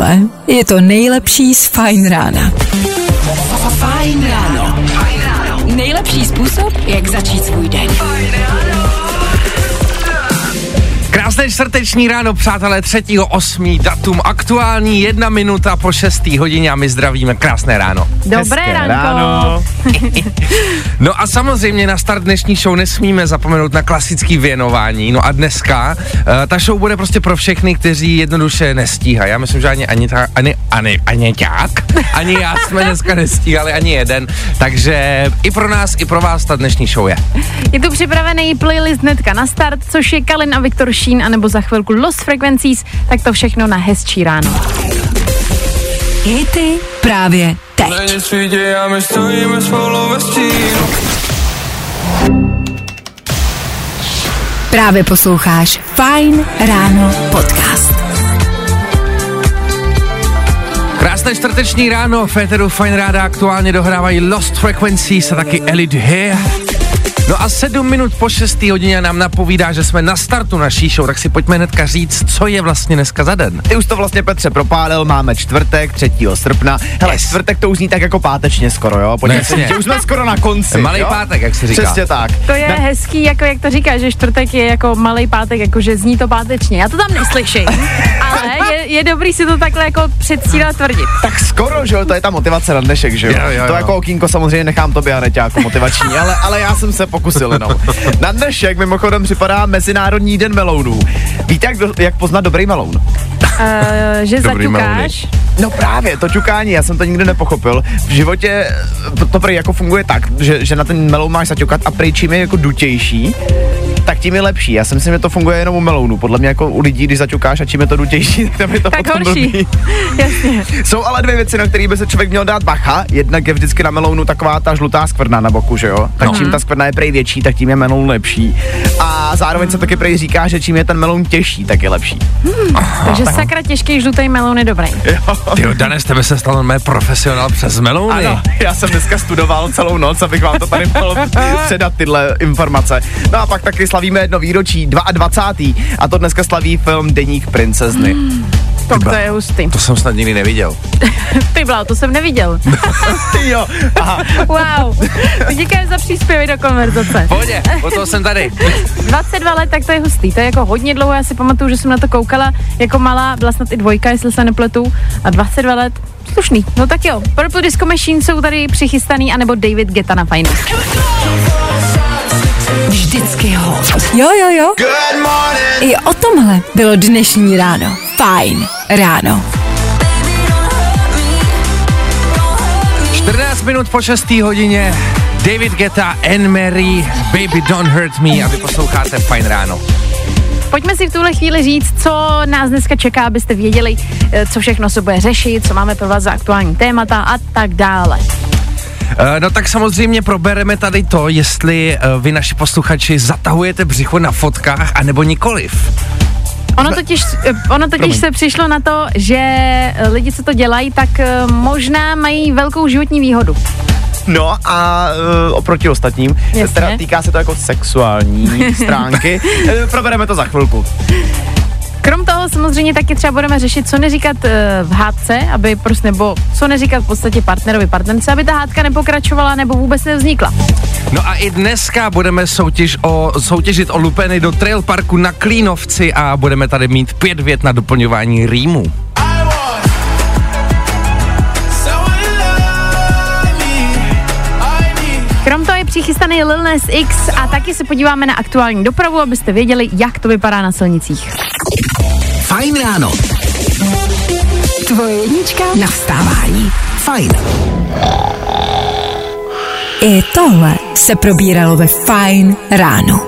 tohle je to nejlepší z Fajn rána. Fajn ráno. Nejlepší způsob, jak začít svůj den. Krásné čtvrteční ráno, přátelé, 3.8. datum, aktuální 1 minuta po 6. hodině a my zdravíme. Krásné ráno. Dobré ráno. No a samozřejmě na start dnešní show nesmíme zapomenout na klasický věnování. No a dneska ta show bude prostě pro všechny, kteří jednoduše nestíhají. Já myslím, že ani já jsme dneska nestíhali, ani jeden. Takže i pro nás, i pro vás ta dnešní show je. Je tu připravený playlist hnedka na start, což je Kalin a Viktor Šín, anebo za chvilku Lost Frequencies, tak to všechno na hezčí ráno. Hity právě teď. Právě posloucháš Fajn ráno podcast. Krásné čtvrteční ráno, Féteru Fajn ráda aktuálně dohrávají Lost Frequencies a taky Elite Here. No a 7 minut po 6. hodině nám napovídá, že jsme na startu naší show, tak si pojďme hnedka říct, co je vlastně dneska za den. Ty už to vlastně, Petře, propálil, máme čtvrtek, 3. srpna. Hele, čtvrtek to už zní tak jako pátečně skoro, jo? Že už jsme skoro na konci. Malý pátek, jak se říká. Přesně tak. To je hezký, jako jak to říká, že čtvrtek je jako malý pátek, jakože zní to pátečně. Já to tam neslyším, ale je dobrý si to takhle jako předstírat tvrdit. Tak skoro, že jo, to je ta motivace na dnešek, že jo? To jako okýnko samozřejmě nechám tobě, Aneťa, jako motivační, ale já jsem se pokusil jenom. Na dnešek mimochodem připadá Mezinárodní den melounů. Víte, jak poznat dobrý meloun? Že zaťukáš? No právě, to ťukání, já jsem to nikdy nepochopil. V životě to prý jako funguje tak, že na ten meloun máš zaťukat a prý čím je jako dutější, tak tím je lepší. Já si myslím, že to funguje jenom u melounu. Podle mě jako u lidí, když zaťukáš a čím je to dutější, tak tam je to tak potom horší. blbý. Jasně. Jsou ale 2 věci, na které by se člověk měl dát bacha. Jednak je vždycky na melounu taková ta žlutá skvrna na boku, že jo? Tak čím ta skvrna je prej větší, tak tím je meloun lepší. A zároveň se taky prej říká, že čím je ten meloun těžší, tak je lepší. Takže sakra těžký žlutý meloun je dobrý. Tyjo, Dane, z tebe se stal mé profesionál přes melouny. Ano, já jsem dneska studoval celou noc, abych vám to tady mohl předat tyhle informace. No a pak taky slavíme jedno výročí, 22. A to dneska slaví film Deník princezny. To je hustý. To jsem snad nikdy neviděl. Ty bláho, to jsem neviděl. Jo, aha. Wow, díky za příspěvek do konverzace. Pohodě, o toho jsem tady. 22 let, tak to je hustý, to je jako hodně dlouho, já si pamatuju, že jsem na to koukala jako malá, byla snad i 2, jestli se nepletu, a 22 let, slušný. No tak jo, Purple Disco Machine jsou tady přichystaný, anebo David Guetta na Fajnu. Vždycky hot. Jo. I o tomhle bylo dnešní ráno. Fajn ráno. 14 minut po 6. hodině, David Guetta, Anne-Marie, Baby Don't Hurt Me a vy posloucháte Fajn ráno. Pojďme si v tuhle chvíli říct, co nás dneska čeká, abyste věděli, co všechno se bude řešit, co máme pro vás za aktuální témata a tak dále. No tak samozřejmě probereme tady to, jestli vy naši posluchači zatahujete břicho na fotkách, anebo nikoliv. Ono totiž se přišlo na to, že lidi, co to dělají, tak možná mají velkou životní výhodu. No a oproti ostatním, teda týká se to jako sexuální stránky, probereme to za chvilku. Krom toho samozřejmě taky třeba budeme řešit, co neříkat v hádce, aby prostě, nebo co neříkat v podstatě partnerovi, partnerce, aby ta hádka nepokračovala nebo vůbec nevznikla. No a i dneska budeme soutěžit o lupeny do Trail Parku na Klínovci a budeme tady mít 5 vět na doplňování rýmů. Krom toho je přichystaný Lil Nas X a taky se podíváme na aktuální dopravu, abyste věděli, jak to vypadá na silnicích. Fajn ráno. Tvoje jednička na vstávání. Fajn. I tohle se probíralo ve Fajn ráno.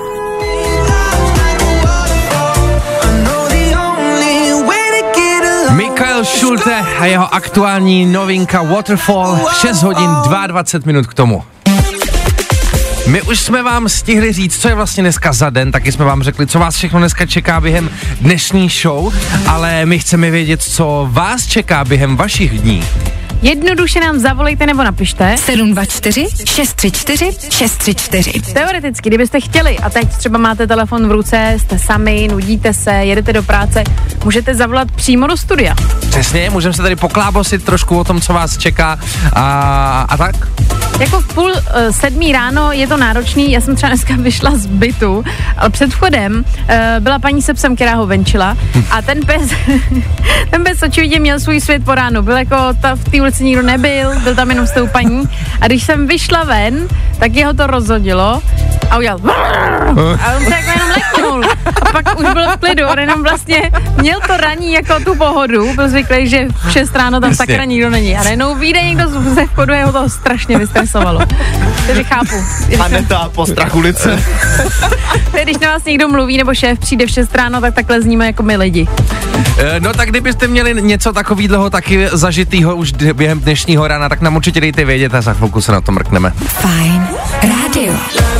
Michael Schulte a jeho aktuální novinka Waterfall, 6 hodin 22 minut k tomu. My už jsme vám stihli říct, co je vlastně dneska za den, taky jsme vám řekli, co vás všechno dneska čeká během dnešní show, ale my chceme vědět, co vás čeká během vašich dní. Jednoduše nám zavolejte nebo napište. 724 634 634. Teoreticky, kdybyste chtěli a teď třeba máte telefon v ruce, jste sami, nudíte se, jedete do práce, můžete zavolat přímo do studia. Přesně, můžeme se tady poklábosit trošku o tom, co vás čeká a tak. Jako v 6:30 ráno je to náročný, já jsem třeba dneska vyšla z bytu, ale před vchodem byla paní se psem, která ho venčila a ten pes očividně měl svůj svět po ránu, byl jako, v té ulici nikdo nebyl, byl tam jenom s tou paní a když jsem vyšla ven, tak jeho to rozhodilo a udělal a on se jako jenom leknul a pak už byl v klidu, on jenom vlastně měl to raní jako tu pohodu, byl zvyklý, že v 6 ráno tam sakra nikdo není a najednou vyjde někdo ze vchodu a jeho to strašně vystresovalo. Takže chápu. Aneta, postrach ulice. Když na vás někdo mluví nebo šéf přijde v 6 ráno, tak takhle zníme jako my lidi. No tak kdybyste měli něco takového taky zažitýho už během dnešního rána, tak nám určitě dejte vědět a za chvilku se na to mrkneme. Fajn rádio.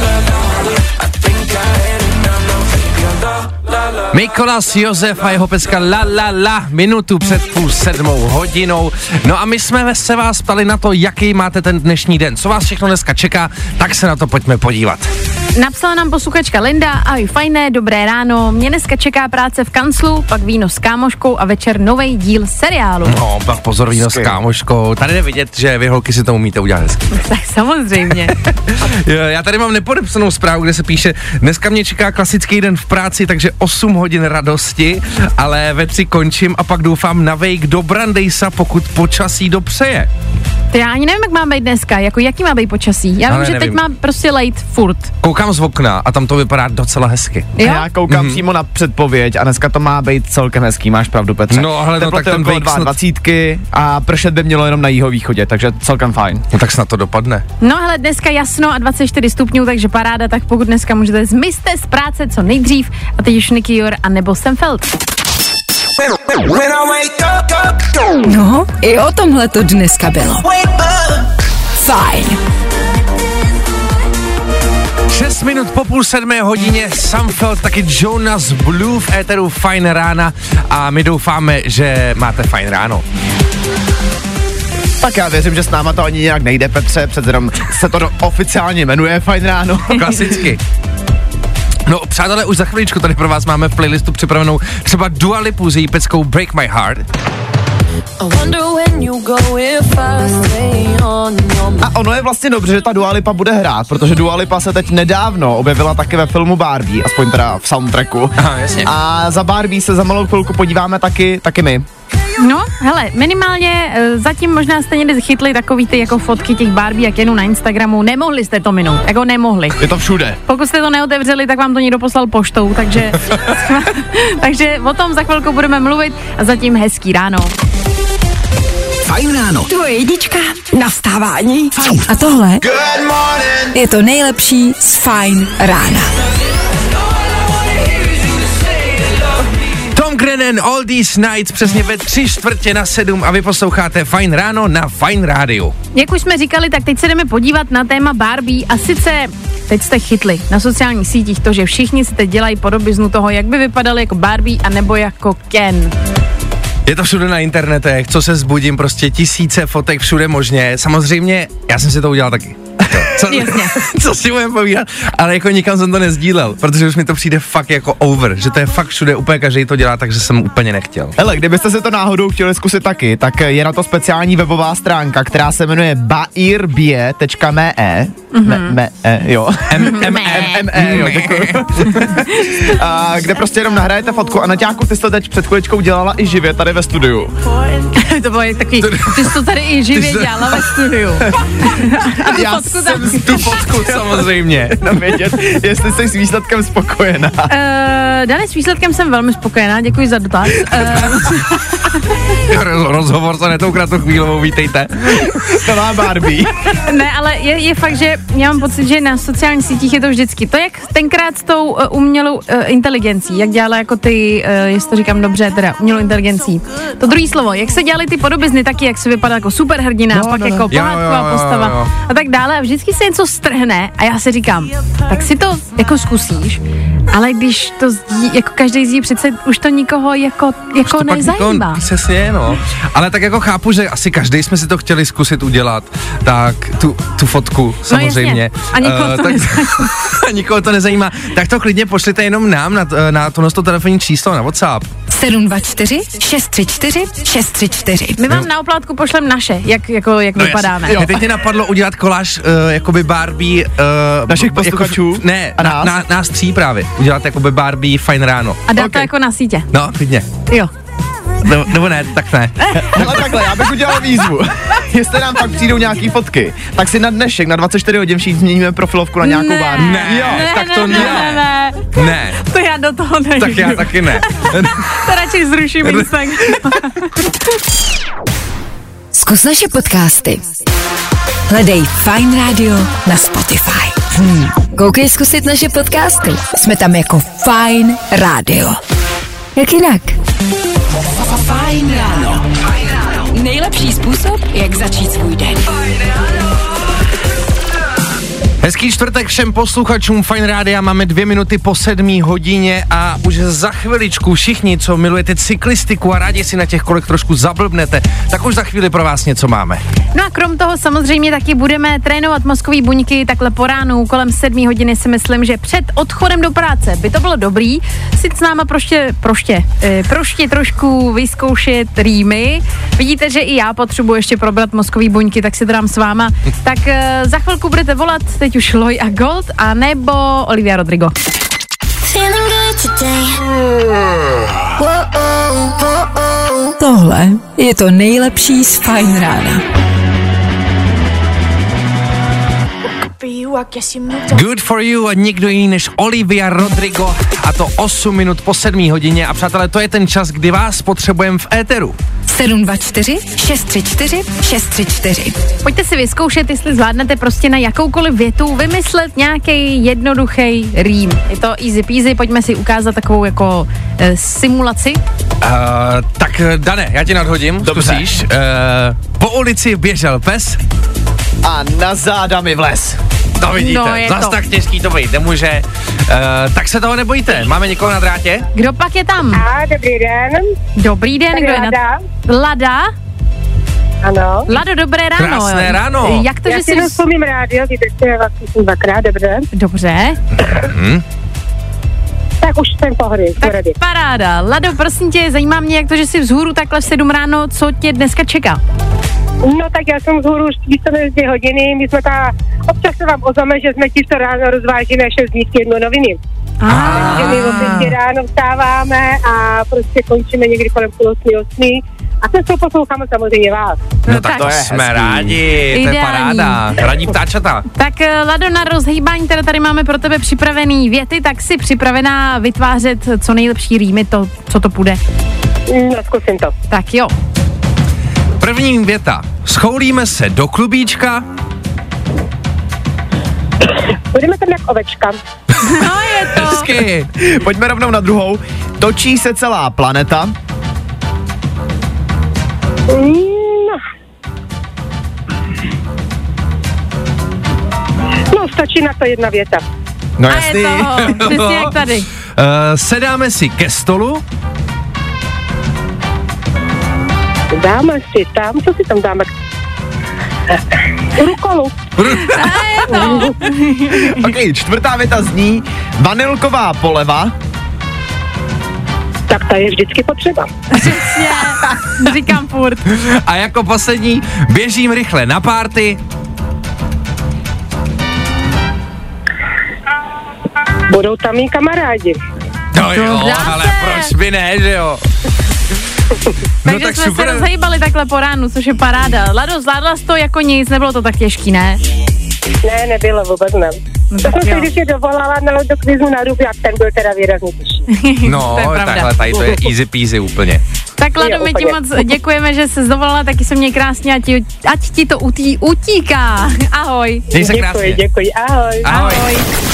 Mikolas Josef a jeho pecka La La La, minutu před 6:30. No a my jsme se vás ptali na to, jaký máte ten dnešní den, co vás všechno dneska čeká, tak se na to pojďme podívat. Napsala nám posluchačka Linda, ahoj fajné, dobré ráno, mě dneska čeká práce v kanclu, pak víno s kámoškou a večer nový díl seriálu. No, pak pozor, víno s kámoškou, tady jde vidět, že vy holky si to umíte udělat hezky. Tak samozřejmě. Já tady mám nepodepsanou zprávu, kde se píše, dneska mě čeká klasický den v práci, takže 8 hodin radosti, ale ve 3 končím a pak doufám na vejk do Brandejsa, pokud počasí dopřeje. To já ani nevím, jak má být dneska, jako jaký má být počasí. Já vím, že teď má prostě lejt furt. Koukám z okna a tam to vypadá docela hezky. Jo? Já koukám přímo na předpověď a dneska to má být celkem hezký, máš pravdu, Petře. No, ale teploty tak ten okolo 22 a pršet by mělo jenom na jihovýchodě, takže celkem fajn. No tak snad to dopadne. No hele, dneska jasno a 24 stupňů, takže paráda, tak pokud dneska můžete zmizte z práce co nejdřív a teď už Nicky Jor a nebo Semfeld. No, i o tomhle to dneska bylo. Fajn. 6 minut po 6:30 Semfeld, taky Jonas Blue v éteru Fajn rána a my doufáme, že máte fajn ráno. Tak já věřím, že s náma to ani nějak nejde, Petře, přece jenom se to oficiálně jmenuje Fajn ráno. Klasicky. No přátelé, už za chviličku tady pro vás máme v playlistu připravenou třeba Dua Lipu s její peckou Break My Heart. A ono je vlastně dobře, že ta Dua Lipa bude hrát, protože Dua Lipa se teď nedávno objevila taky ve filmu Barbie, aspoň teda v soundtracku. Aha, jasně. A za Barbie se za malou chvilku podíváme taky my. No, hele, minimálně zatím možná jste někdy chytli takový ty jako fotky těch Barbie a Kenů na Instagramu, nemohli jste to minout, jako nemohli. Je to všude. Pokud jste to neotevřeli, tak vám to někdo poslal poštou, takže o tom za chvilku budeme mluvit a zatím hezký ráno. Fajn ráno. Tvoje jednička na vstávání. Fajn. A tohle je to nejlepší z Fajn rána. Tom Grennan, All These Nights, přesně ve 6:45 a vy posloucháte Fajn ráno na Fajn rádiu. Jak už jsme říkali, tak teď se jdeme podívat na téma Barbie a sice teď jste chytli na sociálních sítích to, že všichni si teď dělají podobiznu toho, jak by vypadali jako Barbie a nebo jako Ken. Je to všude na internetech, co se zbudím, prostě tisíce fotek všude možně. Samozřejmě, já jsem si to udělal taky. Co si budeme povídat, ale jako nikam jsem to nezdílel, protože už mi to přijde fakt jako over, že to je fakt všude, úplně každý to dělá, takže jsem úplně nechtěl. Hele, kdybyste si to náhodou chtěli zkusit taky, tak je na to speciální webová stránka, která se jmenuje bairbie.me. Kde prostě jenom nahrajete fotku a Naťáku, ty jsi to teď před chviličkou dělala i živě tady ve studiu. To bylo takový, ty jsi to tady i živě dělala ve studiu. Já jsem tu fotku samozřejmě. Vědět, jestli jsi s výsledkem spokojená. Dane, s výsledkem jsem velmi spokojená, děkuji za dotaz. Rozhovor za netoukratou chvílovou, vítejte. To má Barbie. Ne, ale je fakt, že já mám pocit, že na sociálních sítích je to vždycky. To jak tenkrát s tou umělou inteligencí, jak dělala jako ty, jestli to říkám dobře, teda umělou inteligencí. To druhý slovo, jak se dělaly ty podobizny taky, jak se vypadá jako superhrdina, pak jako pohádková postava a tak dále. a vždycky se něco strhne a já si říkám, tak si to jako zkusíš, ale když to jako každý zjí, přece už to nikoho jako nezajímá. Přesně, no. Ale tak jako chápu, že asi každý jsme si to chtěli zkusit udělat, tak tu fotku samozřejmě. No, a nikoho to nezajímá. A nikoho to nezajímá. Tak to klidně pošlete jenom nám na to telefonní číslo na WhatsApp. 724 634 634. My vám na oplátku pošlem naše, jak vypadáme. Teď mě napadlo udělat koláž jakoby Barbie našich posluchačů. Nás tří právě. Udělat jakoby Barbie Fajn ráno. A dát to jako na sítě. No, klidně. Jo. Nebo ne, tak ne. Ale takhle, já bych udělal výzvu. Jestli nám pak přijdou nějaký fotky, tak si na dnešek, na 24 hodin změníme profilovku na nějakou Barbie. Ne. To já do toho nejdu. Tak já taky ne. To radši zruším Instagram. Zkus naše podcasty. Hledej Fajn Radio na Spotify. Koukej zkusit naše podcasty. Jsme tam jako Fajn Radio. Jak jinak? Fajn ráno. Nejlepší způsob, jak začít svůj den. Hezký čtvrtek všem posluchačům Fajn Rádia, máme 2 minuty po 7 hodině a už za chviličku všichni, co milujete cyklistiku a rádi si na těch kolech trošku zablbnete, tak už za chvíli pro vás něco máme. No a krom toho samozřejmě taky budeme trénovat mozkový buňky takhle po ránu, kolem 7 hodiny si myslím, že před odchodem do práce by to bylo dobrý si s náma proště trošku vyzkoušet rýmy. Vidíte, že i já potřebuji ještě probrat mozkový buňky, tak si to dám s váma. Tak za chvilku budete volat teď už Loj a Gold, a nebo Olivia Rodrigo. Tohle je to nejlepší z Fajn rána. Good for you a nikdo jiný než Olivia Rodrigo, a to 8 minut po 7 hodině a přátelé, to je ten čas, kdy vás potřebujeme v éteru. 724 634 634. Pojďte si vyzkoušet, jestli zvládnete prostě na jakoukoliv větu vymyslet nějaký jednoduchý rým. Je to easy peasy, pojďme si ukázat takovou jako simulaci. Tak Dane, já tě nadhodím, zkusíš. Po ulici běžel pes a na záda mi vlez. To vidíte, zas tak těžký to být nemůže. Tak se toho nebojíte, máme někoho na drátě? Kdo pak je tam? Dobrý den. Dobrý den, kdo je Lada. Lada? Ano. Lado, dobré ráno. Krásné ráno. Jak to, já že si rozumím rádio, vydržte vás dvakrát, dobře? Dobře. Tak už jsem pohry. Tak paráda. Lado, prosím tě, zajímá mě, jak to, že jsi vzhůru takhle v 7 ráno, co tě dneska čeká? No tak já jsem vzhůru už více než 2 hodiny, my jsme občas se vám ozveme, že jsme čisto ráno rozvážíme 6 dní 1 noviny. Takže my opět ráno vstáváme a prostě končíme někdy kolem 7:30. A to jsou posloucháme samozřejmě vás. No tak to je jsme hezký. Rádi, to je paráda. Radí ptáčata. Tak Lado, na rozhýbání teda tady máme pro tebe připravený věty, tak jsi připravená vytvářet co nejlepší rýmy, to, co to půjde? No, zkusím to. Tak jo. První věta. Schoulíme se do klubíčka. Budeme tam jak ovečka. No je to. Hezky. Pojďme rovnou na druhou. Točí se celá planeta. No, stačí na to jedna věta. No a jasný. Je to, přesně jak tady. Sedáme si ke stolu. Dáme si tam, co si tam dáme? Rukolu. Ok, 4. věta zní vanilková poleva. Tak ta je vždycky potřeba. Přesně, říkám furt. A jako poslední, běžím rychle na párty. Budou tam mý kamarádi. No jo, ale proč by ne, že jo? Takže no, tak jsme super. Se rozhejbali takhle po ránu, což je paráda. Lado, zvládla jsi to jako nic, nebylo to tak těžký, ne? Ne, nebylo, vůbec ne. No, to jsem si vždycky dovolala do kvizu na Ruby a ten byl teda výrazně těžší. No, takhle tady to je easy peasy úplně. Tak Lado, my ti moc děkujeme, že jsi dovolala, taky se mě krásně, ať ti to utíká. Ahoj. Měj se krásně. Děkuji, ahoj. Ahoj.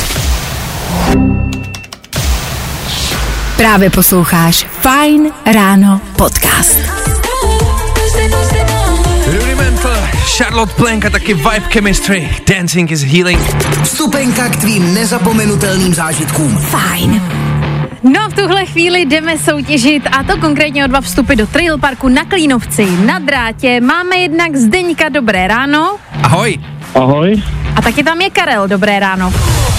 Právě posloucháš Fajn ráno podcast. Rudimental, Charlotte Plank a taky Vibe Chemistry. Dancing is healing. Vstupenka k tvým nezapomenutelným zážitkům. Fajn. No a v tuhle chvíli jdeme soutěžit, a to konkrétně o 2 vstupy do Trail Parku na Klínovci. Na drátě máme jednak Zdeňka, dobré ráno. Ahoj. Ahoj. A taky tam je Karel, dobré ráno.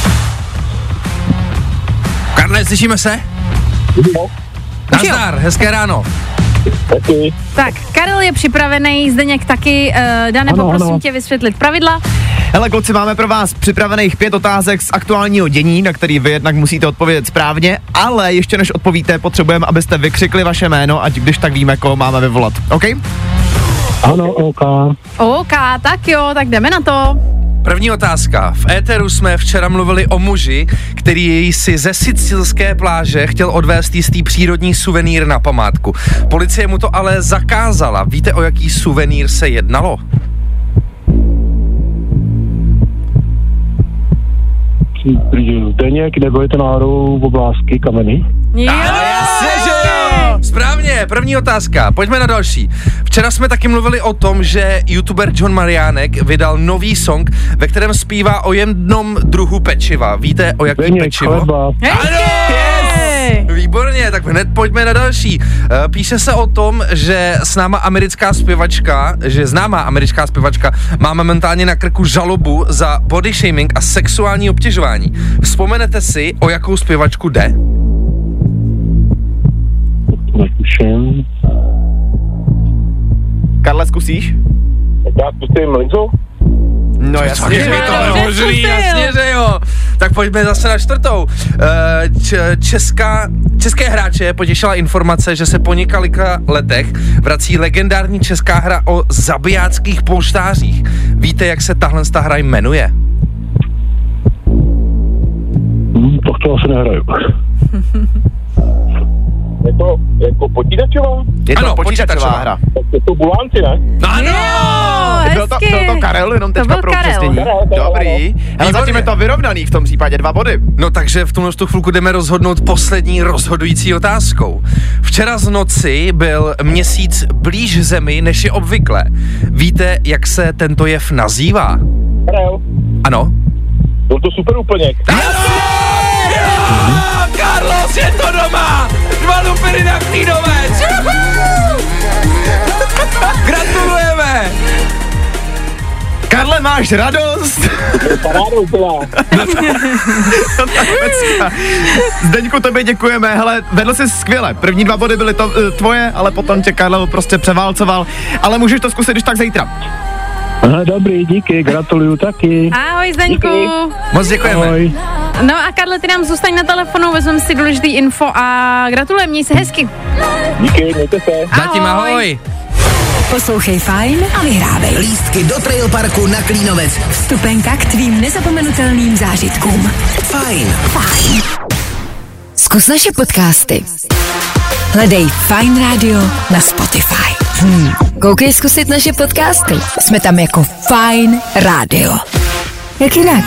Karle, slyšíme se? No. Nazdar, hezké ráno. Taky. Tak, Karel je připravený, Zdeněk taky. Dane, poprosím tě vysvětlit pravidla. Hele kluci, máme pro vás připravených 5 otázek z aktuálního dění, na který vy jednak musíte odpovědět správně, ale ještě než odpovíte, potřebujeme, abyste vykřikli vaše jméno, ať když tak víme, koho máme vyvolat. OK? Ano, OK. OK, tak jo, tak jdeme na to. První otázka. V éteru jsme včera mluvili o muži, který si ze sicilské pláže chtěl odvést jistý přírodní suvenýr na památku. Policie mu to ale zakázala. Víte, o jaký suvenýr se jednalo? Zdeněk, nebo je to náhodou oblásky kameny? Jo! Jasně, že jo! Správně, první otázka. Pojďme na další. Včera jsme taky mluvili o tom, že youtuber John Mariánek vydal nový song, ve kterém zpívá o jednom druhu pečiva. Víte, o jaký Zdeněk, pečivo? chleba. Ano! Yes! Výborně, tak hned pojďme na další. Píše se o tom, že známá americká zpěvačka má momentálně na krku žalobu za body shaming a sexuální obtěžování. Vzpomenete si, o jakou zpěvačku jde? Netuším. Karle, zkusíš? Tak já zkusím Lizu. No jasně, že to dobře možný, zkusil. jasně, že jo. Tak pojďme zase na 4. České hráče potěšila informace, že se po několika letech vrací legendární česká hra o zabijáckých polštářích. Víte, jak se tahle hra jmenuje? To asi nehraju. Jako počítačová? Je to Ano, počítačová hra. Tak je to Bulánci, ne? Ano! Byl to Karel, jenom To teďka byl pro Karel. upřesnění. Dobrý. Ale zatím je to vyrovnaný, v tom případě 2 body. No takže v tuhle chvilku jdeme rozhodnout poslední rozhodující otázkou. Včera z noci byl měsíc blíž Zemi, než je obvykle. Víte, jak se tento jev nazývá? Karel. Ano? Byl to super úplněk. Carlos je to doma! 2 lupiny na Klínovec! Gratulujeme! Karle, máš radost? Paráda úplná. Zdeňku, tobě děkujeme, hele, vedl jsi skvěle. První 2 body byly tvoje, ale potom tě Karel prostě převálcoval, ale můžeš to zkusit když tak zítra. Aha, dobrý, díky, gratuluju taky. Ahoj, Zdeňku. Díky. Moc děkujeme. Ahoj. No a Karle, ty nám zůstaň na telefonu, vezmeme si důležitý info a gratulujem, měj se hezky. Díky, mějte se. Zatím ahoj. Poslouchej Fajn a vyhrávej. Lístky do Trail Parku na Klínovec. Vstupenka k tvým nezapomenutelným zážitkům. Fajn. Fajn. Zkus naše podcasty. Hledej Fajn Radio na Spotify. Koukej zkusit naše podcasty. Jsme tam jako Fajn Radio. Jak jinak?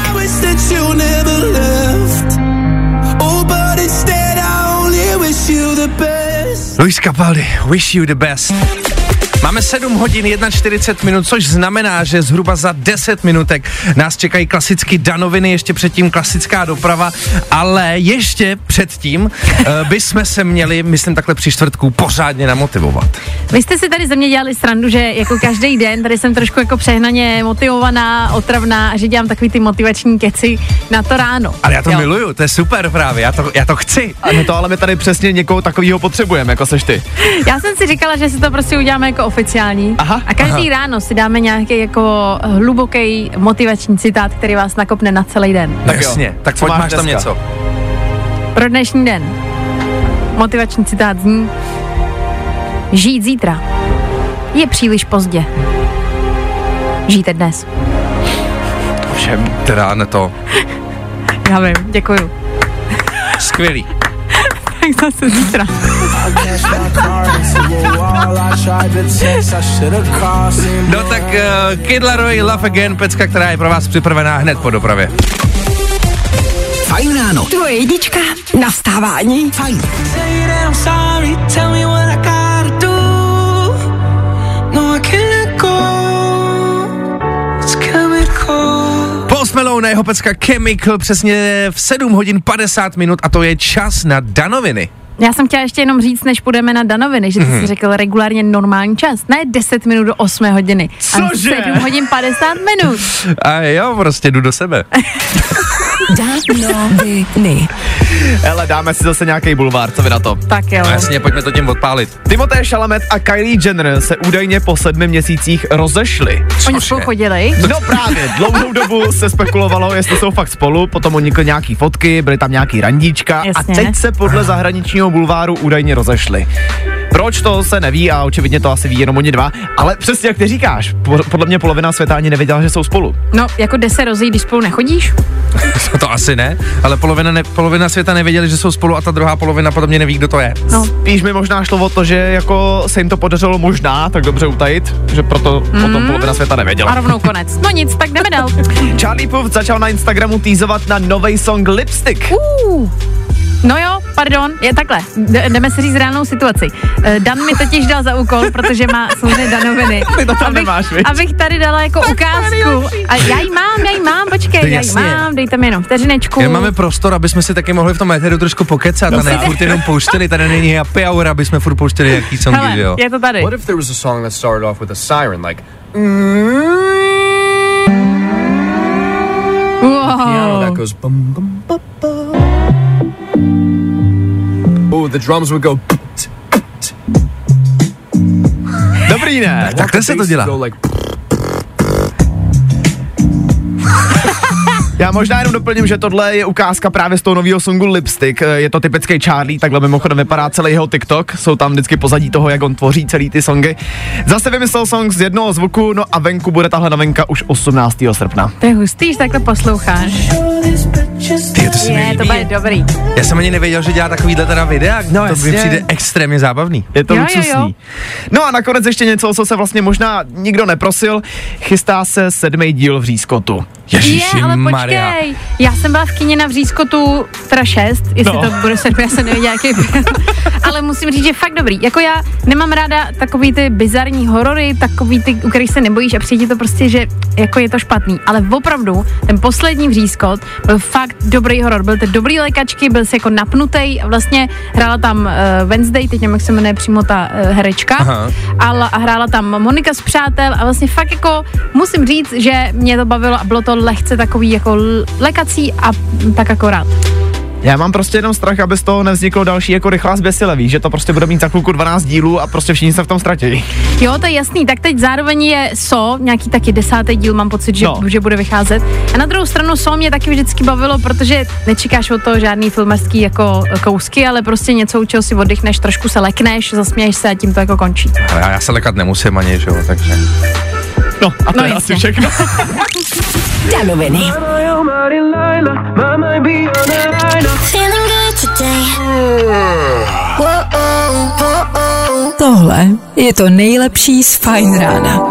Luis Capaldi, Wish You The Best. Máme 7 hodin 41 minut, což znamená, že zhruba za 10 minutek nás čekají klasicky danoviny, ještě předtím klasická doprava, ale ještě předtím bychom se měli, myslím takhle při čtvrtku, pořádně namotivovat. Vy jste si tady ze mě dělali srandu, že jako každý den tady jsem trošku jako přehnaně motivovaná, otravná a že dělám takový ty motivační keci na to ráno. Ale já to miluju, to je super právě, já to chci. Ano to, ale my tady přesně někoho takového potřebujeme, jako seš ty. Já jsem si říkala, že si to prostě uděláme jako oficiální. Aha, a každý ráno si dáme nějaký jako hluboký motivační citát, který vás nakopne na celý den. Tak jo. Jasně, tak Co pojď, máš máš tam dneska? něco. Pro dnešní den. Motivační citát zní: žít zítra je příliš pozdě. Žijte dnes. Všem. Teda ne to. Já vím, děkuju. Skvělý. Tak zase zítra. No tak Kid Laroi, Love Again, pecka, která je pro vás připravená hned po dopravě. Fajn ráno. Tvoje jednička na vstávání. Fajn. Brown a jeho pecka Chemical přesně v 7 hodin 50 minut a to je čas na danoviny. Já jsem chtěla ještě jenom říct, než půjdeme na danoviny, že ty jsi řekl regulárně normální čas. Ne 10 minut do 8 hodiny. Cože? 7 hodin 50 minut. A jo, prostě jdu do sebe. Danoviny. Hele, dáme si zase nějaký bulvár, co vy na to? Tak jo. No jasně, pojďme to tím odpálit. Timothée Chalamet a Kylie Jenner se údajně po 7 měsících rozešli. Oni spolu chodili. No právě, dlouhou dobu se spekulovalo, jestli jsou fakt spolu, potom unikly nějaký fotky, byly tam nějaký randíčka Jasně. a teď se podle zahraničního bulváru údajně rozešli. Proč, to se neví a očividně to asi ví jenom oni dva, ale přesně jak ty říkáš, podle mě polovina světa ani nevěděla, že jsou spolu. No, jako jde se rozejít, když spolu nechodíš? To asi ne, ale polovina světa nevěděli, že jsou spolu a ta druhá polovina podobně neví, kdo to je. No. Spíš mi možná šlo o to, že jako se jim to podařilo možná tak dobře utajit, že proto o tom polovina světa nevěděla. A rovnou konec. No nic, tak jdeme dál. Charlie Puth začal na Instagramu teasovat na novej song Lipstick. No jo, pardon, je takhle, jdeme si říct reálnou situaci. Dan mi totiž dal za úkol, protože má samozřejmě danoviny. Ty to tam nemáš, viď? Abych tady dala jako ukázku. A já ji mám, počkej, já ji mám, dejte mi jenom vteřinečku. Jen máme prostor, aby jsme si taky mohli v tom éteru trošku pokecat a ne furt jenom pouštěli, tady není happy hour, aby jsme furt pouštěli jaký songy, Hele, že jo. je to tady. What if there was a song that started off with a siren, like piano that Wow. goes bum bum ba ba. Oh, the drums would go. Dobrý, ne? Takhle se to dělá. Go like. Já možná jenom doplním, že tohle je ukázka právě z toho nového songu Lipstick. Je to typický Charlie, takhle mimochodem vypadá celý jeho TikTok. Jsou tam vždycky pozadí toho, jak on tvoří celý ty songy. Zase vymyslel song z jednoho zvuku, no a venku bude tahle novinka už 18. srpna. To je hustý, že takhle posloucháš. Ty, to se mi To líbí. bude dobrý. Já jsem ani nevěděl, že dělá takovýhle teda videa, No, to mi jasně. přijde extrémně zábavný. Je to Jo, luxusní. jo. No a nakonec ještě něco, co se vlastně možná nikdo neprosil. Chystá se 7. díl Vřízkotu. Ježiši Ale Maria. počkej, já jsem byla v kině na Vřízkotu, teda 6, jestli No. to bude 7, já jsem nevěděla, jaký byl. Ale musím říct, že fakt dobrý. Jako já nemám ráda takový ty bizarní horory, takový ty, u kterých se nebojíš a přijde to prostě, že jako je to špatný. Ale opravdu, ten poslední Vřízkot byl fakt dobrý horor. Byl to dobrý lékačky, byl si jako napnutej a vlastně hrála tam Wednesday, teď nevím, jak se jmenuje přímo ta herečka, a hrála tam Monika z Přátel a vlastně fakt jako musím říct, že mě to bavilo a bylo to lehce takový jako lekací a tak akorát. Já mám prostě jenom strach, aby z toho nevzniklo další jako rychlá zběsile, víš, že to prostě bude mít za chvilku 12 dílů a prostě všichni se v tom ztratí. Jo, to je jasný, tak teď zároveň je nějaký taky 10. díl, mám pocit, že bude vycházet. A na druhou stranu mě taky vždycky bavilo, protože nečekáš od toho žádný filmařský jako kousky, ale prostě něco, u čeho si oddechneš, trošku se lekneš, zasměješ se a tím to jako končí. Ale já se lekat nemusím ani, že jo, takže. No a to No je jasně. asi všechno. Danoviny. Tohle je to nejlepší z Fajn rána.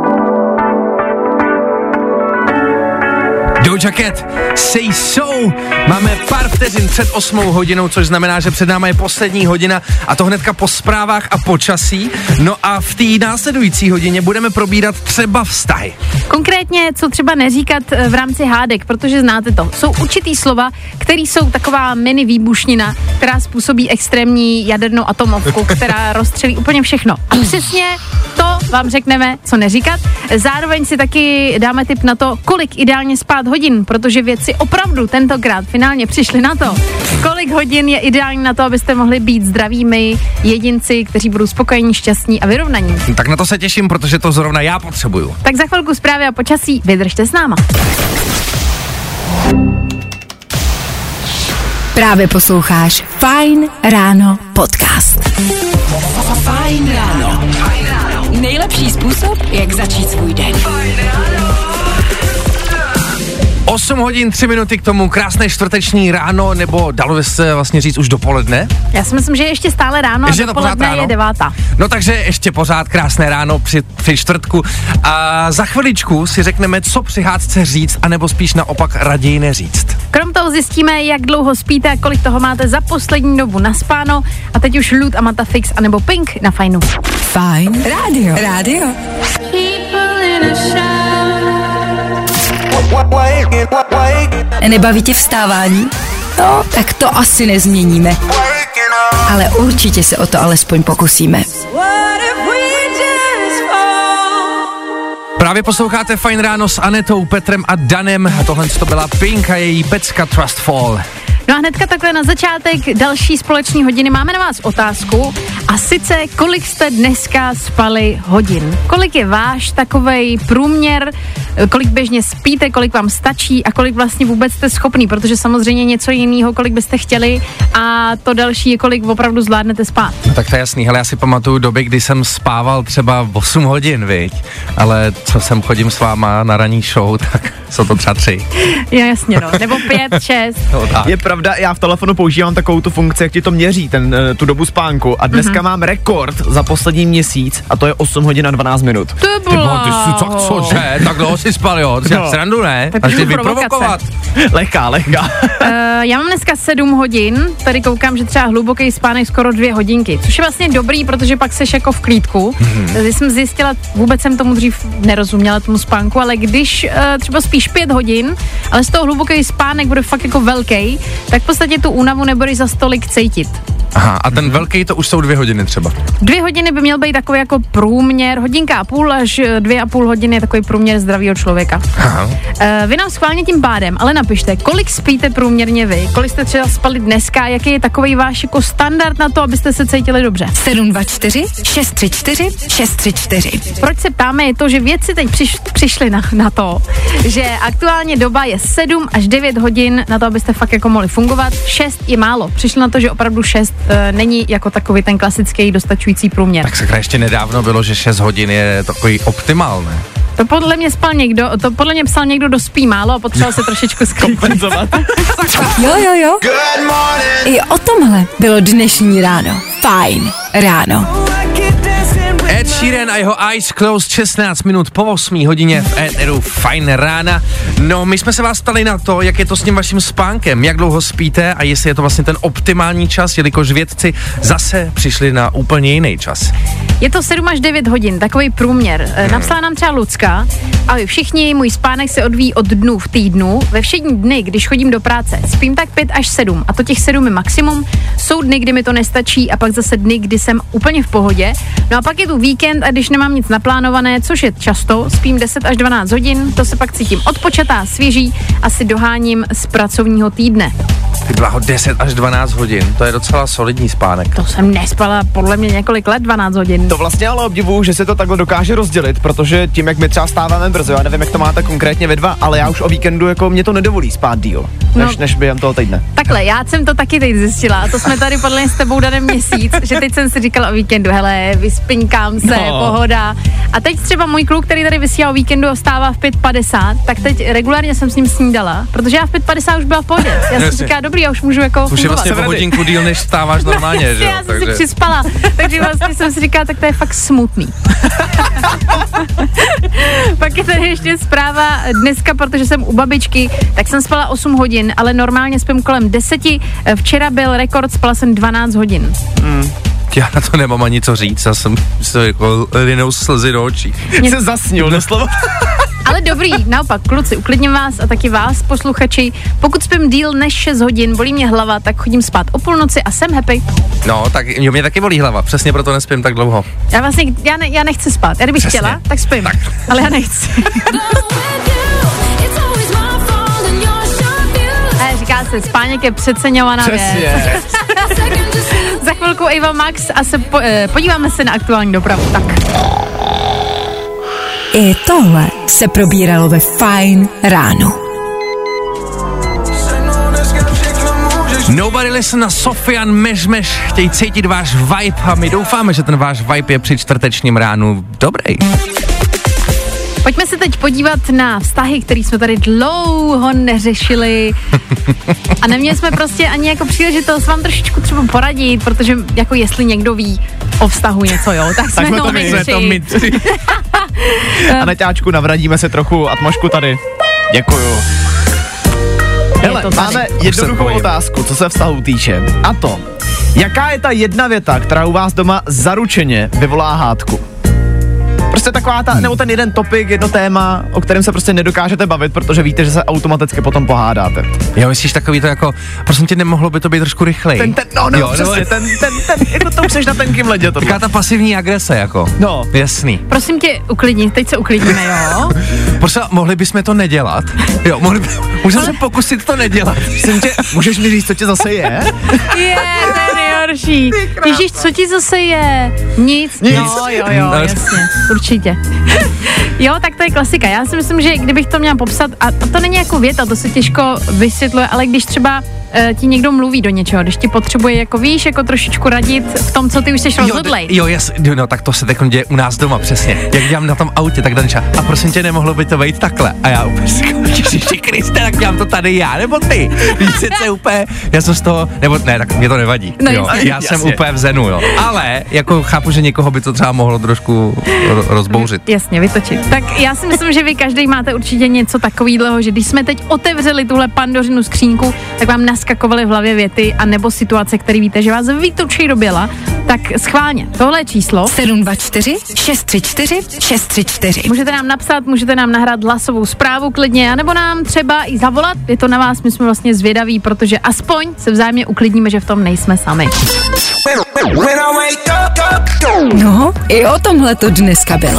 Doja Cat, Say So. Máme pár vteřin před 8 hodinou, což znamená, že před námi je poslední hodina a to hnedka po zprávách a počasí. No a v té následující hodině budeme probírat třeba vztahy. Konkrétně, co třeba neříkat v rámci hádek, protože znáte to. Jsou určitý slova, které jsou taková mini výbušnina, která způsobí extrémní jadernou atomovku, která rozstřelí úplně všechno. A přesně to vám řekneme, co neříkat. Zároveň si taky dáme tip na to, kolik ideálně spát hodin, protože vědci opravdu tentokrát finálně přišli na to, kolik hodin je ideální na to, abyste mohli být zdravými jedinci, kteří budou spokojení, šťastní a vyrovnaní. Tak na to se těším, protože to zrovna já potřebuju. Tak za chvilku zprávy a počasí, vydržte s náma. Právě posloucháš Fajn ráno podcast. Fajn ráno. Nejlepší způsob, jak začít svůj den. 8 hodin 3 minuty k tomu, krásné čtvrteční ráno, nebo dalo by se vlastně říct už dopoledne? Já si myslím, že ještě stále ráno Ještě a to pořád dopoledne ráno? je 9. No takže ještě pořád krásné ráno při čtvrtku a za chviličku si řekneme, co při hádce říct, anebo spíš naopak raději neříct. Krom toho zjistíme, jak dlouho spíte a kolik toho máte za poslední dobu naspáno. A teď už Lud a Matafix a nebo Pink na Fajnu. Fajn rádio. Nebaví tě vstávání? No, tak to asi nezměníme. Ale určitě se o to alespoň pokusíme. Právě posloucháte Fajn ráno s Anetou, Petrem a Danem. A tohle to byla Pink a její pecka Trust Fall. No a hnedka takhle na začátek další společní hodiny máme na vás otázku a sice kolik jste dneska spali hodin? Kolik je váš takovej průměr, kolik běžně spíte, kolik vám stačí a kolik vlastně vůbec jste schopný, protože samozřejmě něco jiného, kolik byste chtěli a to další je, kolik opravdu zvládnete spát. No tak to je jasný, hele, já si pamatuju doby, kdy jsem spával třeba 8 hodin, viď? Ale co jsem chodím s váma na ranní show, tak jsou to třeba 3. Já jasně, no, nebo 5, 6. No, tak. Je pravda, já v telefonu používám takovou tu funkci, jak ti to měří, tu dobu spánku a dneska mám rekord za poslední měsíc a to je 8 hodin a 12 minut. To je bláho. Cože? Tak dlouho jsi spal, jo? Ty no. Srandu, ne? Tak až ty vyprovokovat. Lehká. Já mám dneska 7 hodin, tady koukám, že třeba hluboký spánek skoro 2 hodinky, což je vlastně dobrý, protože pak seš jako v klídku. Jsem zjistila, vůbec jsem tomu dřív nerozuměla tomu spánku, ale když třeba spíš 5 hodin, ale z toho hluboký spánek bude fakt jako velký, tak v podstatě tu únavu nebudeš za stolik cítit. Aha, a ten velký to už jsou 2 hodiny třeba. 2 hodiny by měl být takový jako průměr, 1,5 hodinky až 2,5 hodiny je takový průměr zdravého člověka. Aha. Vy nám schválně tím pádem, ale napište, kolik spíte průměrně vy, kolik jste třeba spali dneska, jaký je takový váš jako standard na to, abyste se cítili dobře. 724 634 634. Proč se ptáme, je to, že vědci teď přišli na to, že aktuálně doba je 7 až 9 hodin na to, abyste fakt jako mohli fungovat. 6 je málo. Přišli na to, že opravdu 6 není jako takový ten klasický dostačující průměr. Tak se ještě nedávno bylo, že 6 hodin je takový optimální. To podle mě psal někdo, kdo spí málo a potřeboval se trošičku kompenzovat. Jo. I o tomhle bylo dnešní ráno. Fajn ráno. Ed Sheeran a jeho Eyes Closed 16 minut po 8 hodině v éteru Fajn rána. No, my jsme se vás ptali na to, jak je to s tím vaším spánkem, jak dlouho spíte a jestli je to vlastně ten optimální čas, jelikož vědci zase přišli na úplně jiný čas. Je to 7 až 9 hodin, takový průměr. Napsala nám třeba Lucka, a vy všichni, můj spánek se odvíjí od dnů v týdnu. Ve všední dny, když chodím do práce, spím tak 5 až 7 a to těch 7 je maximum. Jsou dny, kdy mi to nestačí a pak zase dny, kdy jsem úplně v pohodě. No a pak je tu víkend a když nemám nic naplánované, což je často, spím 10 až 12 hodin, to se pak cítím odpočatá, svěží a si doháním z pracovního týdne. Ty blaho, 10 až 12 hodin, to je docela solidní spánek. To jsem nespala podle mě několik let, 12 hodin. To vlastně ale obdivuju, že se to takhle dokáže rozdělit, protože tím, jak my třeba stáváme brzo, já nevím, jak to máte konkrétně vy dva, ale já už o víkendu jako mě to nedovolí spát díl, než během toho týdne. Takhle, já jsem to taky teď zjistila a to jsme tady podle mě s tebou Danem měsíc, že teď jsem si říkala o víkendu, hele, vyspinkám se, pohoda. A teď třeba můj kluk, který tady vysílal o víkendu a vstává v 5:50, tak teď regulárně jsem s ním snídala, protože já v 5:50 už byla v pohodě. Já jsem říkala, dobrý, já už můžu jako už je vlastně o hodinku díl, než vstáváš normálně, že jo? Já jsem si přispala, takže vlastně jsem si říkala, tak to je fakt smutný. Pak je tady ještě zpráva dneska, protože jsem u babičky, tak jsem spala 8 hodin, ale normálně spím kolem 10. Včera byl rekord, spala jsem 12 hodin. Já na to nemám ani co říct, já jsem se jako linou slzy do očí. Se zasnil doslova. Ale dobrý, naopak, kluci, uklidním vás a taky vás, posluchači. Pokud spím díl než 6 hodin, bolí mě hlava, tak chodím spát o půlnoci a jsem happy. No, tak jo, mě taky bolí hlava, přesně proto nespím tak dlouho. Já vlastně, já nechci spát, já kdybych chtěla, tak spím, tak. Ale já nechci. A říká se, spáněk je přeceňovaná věc. Za chvilku Ava Max a podíváme se na aktuální dopravu, tak. I tohle se probíralo ve Fajn ráno. Nobody Listen a Sofian Mešmeš chtějí cítit váš vibe a my doufáme, že ten váš vibe je při čtvrtečním ránu dobrý. Pojďme se teď podívat na vztahy, které jsme tady dlouho neřešili a neměli jsme prostě ani jako příležitost vám trošičku třeba poradit, protože jako jestli někdo ví o vztahu něco, jo, tak jsme to my tři. A Neťáčku, navradíme se trochu atmosféru tady. Děkuju. Hele, máme jednoduchou otázku, co se vztahu týče. A to, jaká je ta jedna věta, která u vás doma zaručeně vyvolá hádku? Prostě taková nebo ten jeden topik, jedno téma, o kterém se prostě nedokážete bavit, protože víte, že se automaticky potom pohádáte. Jo, myslíš takový to jako, prosím tě, nemohlo by to být trošku rychleji? Jo, přesně, ten, jako to už na tenkým ledě tohle. Taká ta pasivní agrese, jako. No. Jasný. Prosím tě, uklidni, teď se uklidníme, jo? Prosím, mohli bychom to nedělat? Jo, můžeme se pokusit to nedělat. Můžeš mi říct, co tě zase je? Je, to je nejhorší. Ježíš, co ti zase je? Nic. No, jo, jasně, určitě. Jo, tak to je klasika. Já si myslím, že kdybych to měla popsat, a to není jako věta, to se těžko vysvětluje, ale když třeba ti někdo mluví do něčeho, když ti potřebuje, jako víš, jako trošičku radit v tom, co ty už jsi rozhodlej. Jo, no tak to se teď děje u nás doma, přesně. Jak dělám na tom autě, tak Danča, a prosím tě, nemohlo by to být takhle. A já úplně říkám, Ježiši Kriste, tak dělám to tady já, nebo ty. Víš, sice úplně, já jsem z toho, nebo ne, tak mě to nevadí. No, jo, já jsem úplně v zenu, jo. Ale jako chápu, že někoho by to třeba mohlo trošku rozbouřit. Jasně, vytočit. Tak já si myslím, že vy každý máte určitě něco takového, že když jsme teď otevřeli tuhle Pandořinu skřínku, tak vám naskakovaly v hlavě věty a nebo situace, které víte, že vás vytočí do běla, tak schválně. Tohle je číslo 724 634 634. Můžete nám napsat, můžete nám nahrát hlasovou zprávu klidně, anebo nám třeba i zavolat. Je to na vás, my jsme vlastně zvědaví, protože aspoň se vzájemně uklidníme, že v tom nejsme sami. No, i o tomhle to dneska bylo.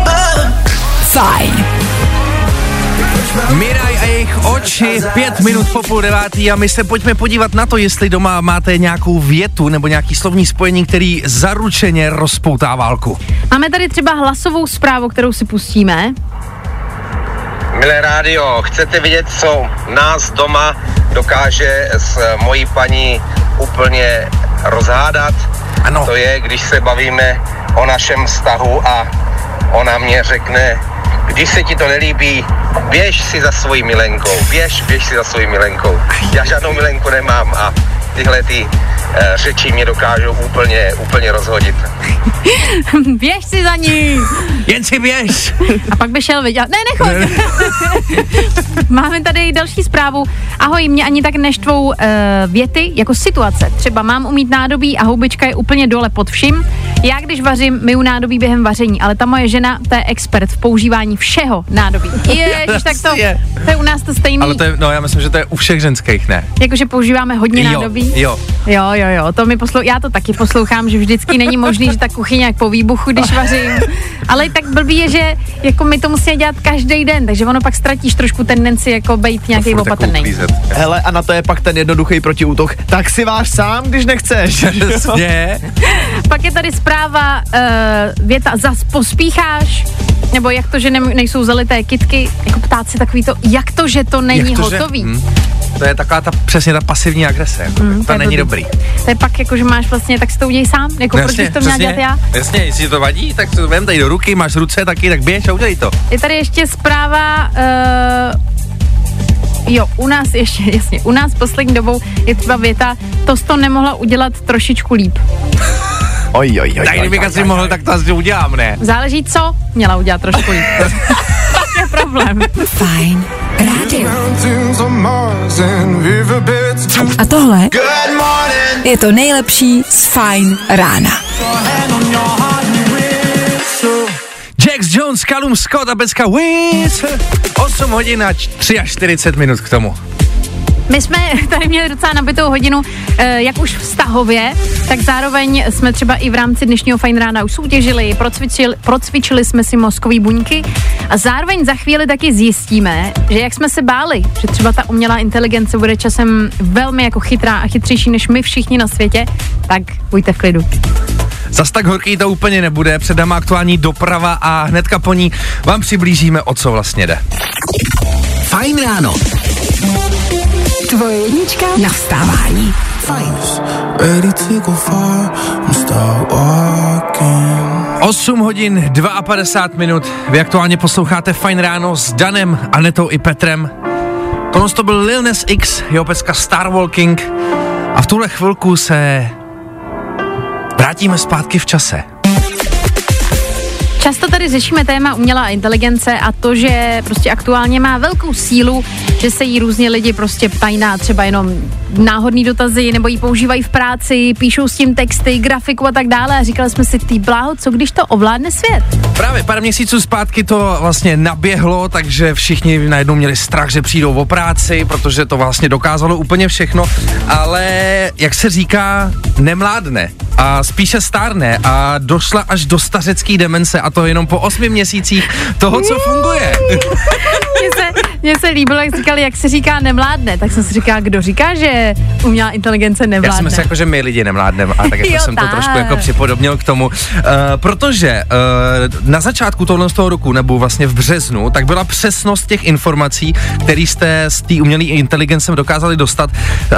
Fajn. Miraj a jejich oči, 5 minut po 8:30 a my se pojďme podívat na to, jestli doma máte nějakou větu nebo nějaký slovní spojení, který zaručeně rozpoutá válku. Máme tady třeba hlasovou zprávu, kterou si pustíme. Milé rádio, chcete vědět, co nás doma dokáže s mojí paní úplně rozhádat? Ano. To je, když se bavíme o našem vztahu a ona mě řekne, když se ti to nelíbí, běž si za svojí milenkou, běž si za svojí milenkou. Já žádnou milenku nemám a tyhle ty řeči mě dokážou úplně rozhodit. Běž si za ní! Jen si běž! A pak by šel vidět. Ne, nechoď! Máme tady další zprávu. Ahoj, mě ani tak neštvou věty jako situace. Třeba mám umýt nádobí a houbička je úplně dole pod vším. Já když vařím, myju nádobí během vaření, ale ta moje žena, to je expert v používání všeho nádobí. Ježiš, tak to je u nás to stejný. Ale to je, no já myslím, že to je u všech ženských, ne? Jakože používáme hodně nádobí? Jo. To já to taky poslouchám, že vždycky není možný, že ta kuchyně jak po výbuchu, když vařím. Ale tak blbý je, že jako my to musíme dělat každý den, takže ono pak ztratíš trošku tendenci jako být nějaký opatrný. Hele, a na to je pak ten jednoduchý protiútok. Tak si váš sám, když nechceš. Přesně. Pak je tady zpráva, věta zas pospícháš, nebo jak to, že nejsou zalité kytky, jako ptát si takový to, jak to, že to není hotový. To je taková přesně ta pasivní agrese, jako, to není dobrý. To je pak jako, že máš vlastně, tak si to udělej sám, jako proč bys to měla dělat já? Jasně, jestli to vadí, tak to vem tady do ruky, máš ruce taky, tak běž a udělej to. Je tady ještě zpráva, u nás ještě, jasně, u nás poslední dobou je třeba věta, to jsi to nemohla udělat trošičku líp. Tak kdybych asi mohl, tak to asi udělám, ne? Záleží, co měla udělat trošku líp. Tak je problém. Fajn rádio. A tohle je to nejlepší z Fajn rána. Jax Jones, Callum Scott a Becca Wiz. 8 hodin a 43 minut k tomu. My jsme tady měli docela nabitou hodinu, jak už vztahově, tak zároveň jsme třeba i v rámci dnešního Fajn rána už soutěžili, procvičili jsme si mozkový buňky a zároveň za chvíli taky zjistíme, že jak jsme se báli, že třeba ta umělá inteligence bude časem velmi jako chytrá a chytřejší než my všichni na světě, tak buďte v klidu. Zas tak horký to úplně nebude, před náma aktuální doprava a hnedka po ní vám přiblížíme, o co vlastně jde. Fajn ráno. Tvoje jednička na vstávání. Fajn. 8 hodin 52 minut. Vy aktuálně posloucháte Fajn ráno s Danem, Anetou i Petrem. Tohle to byl Lil Nas X, jeho pecka Starwalking. A v tuhle chvilku se vrátíme zpátky v čase. Často tady řešíme téma umělá inteligence a to, že prostě aktuálně má velkou sílu, že se jí různě lidi prostě ptají na třeba jenom náhodný dotazy nebo ji používají v práci, píšou s tím texty, grafiku a tak dále a říkali jsme si, ty bláho, co když to ovládne svět? Právě pár měsíců zpátky to vlastně naběhlo, takže všichni najednou měli strach, že přijdou o práci, protože to vlastně dokázalo úplně všechno, ale jak se říká, nemládne a spíše stárne a došla až do stařecké demence a to jenom po 8 měsících toho, co funguje. Mně se líbilo, jak říkali, jak se říká nemládne, tak jsem si říkala, kdo říká, že umělá inteligence nemládne. Já jsem si jako, že my lidi nemládneme a tak jako jsem to trošku jako připodobnil k tomu, protože na začátku tohle z toho roku, nebo vlastně v březnu, tak byla přesnost těch informací, které jste z té umělé inteligence dokázali dostat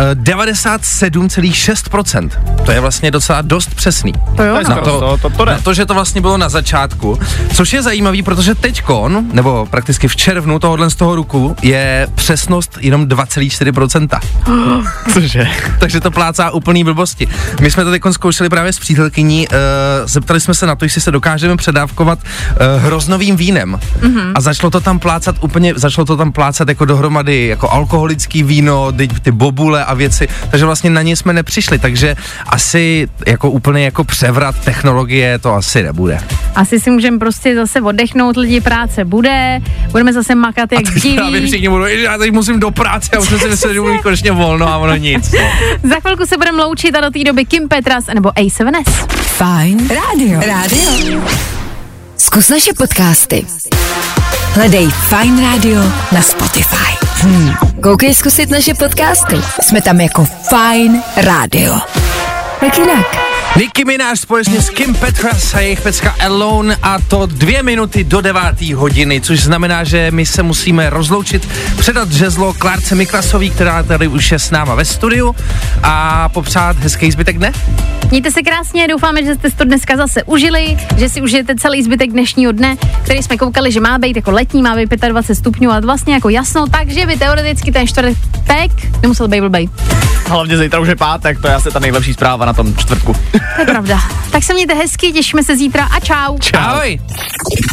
97,6%. To je vlastně docela dost přesný. To jo, na to, že to vlastně bylo na začátku, což je zajímavý, protože teďkon, nebo prakticky v červnu tohohle z toho roku, je přesnost jenom 2,4%. Cože? Takže to plácá úplný blbosti. My jsme to teď zkoušeli právě s přítelkyní, zeptali jsme se na to, jestli se dokážeme předávkovat hroznovým vínem. A začalo to tam plácat jako dohromady jako alkoholický víno, ty bobule a věci, takže vlastně na ně jsme nepřišli, takže asi jako úplně jako převrat technologie to asi nebude. Asi si můžeme prostě zase oddechnout, lidi, práce budeme zase makat jak diví. A všichni budou, já teď musím do práce a už jsem si myslel, že budu mít konečně volno a ono nic. Za chvilku se budeme loučit a do té doby Kim Petras nebo A7S. Fajn rádio. Zkus naše podcasty. Hledej Fajn rádio na Spotify. Koukej zkusit naše podcasty. Jsme tam jako Fajn rádio. Jak jinak? Nicki Minaj společně s Kim Petras a jejich pecka Alone a to 2 minuty do 9. hodiny, což znamená, že my se musíme rozloučit, předat žezlo Klárce Miklasový, která tady už je s náma ve studiu a popřát hezký zbytek dne. Mějte se krásně, doufáme, že jste to dneska zase užili, že si užijete celý zbytek dnešního dne, který jsme koukali, že má být jako letní, má být 25 stupňů a vlastně jako jasno, takže by teoreticky ten čtvrtek nemusel být blbej. Hlavně zítra už je pátek, to je asi ta nejlepší zpráva na tom čtvrtku. To je pravda. Tak se mějte hezky, těšíme se zítra a čau. Ahoj.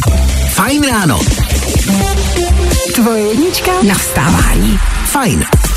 Fajn ráno. Tvoje jednička na vstávání. Fajn.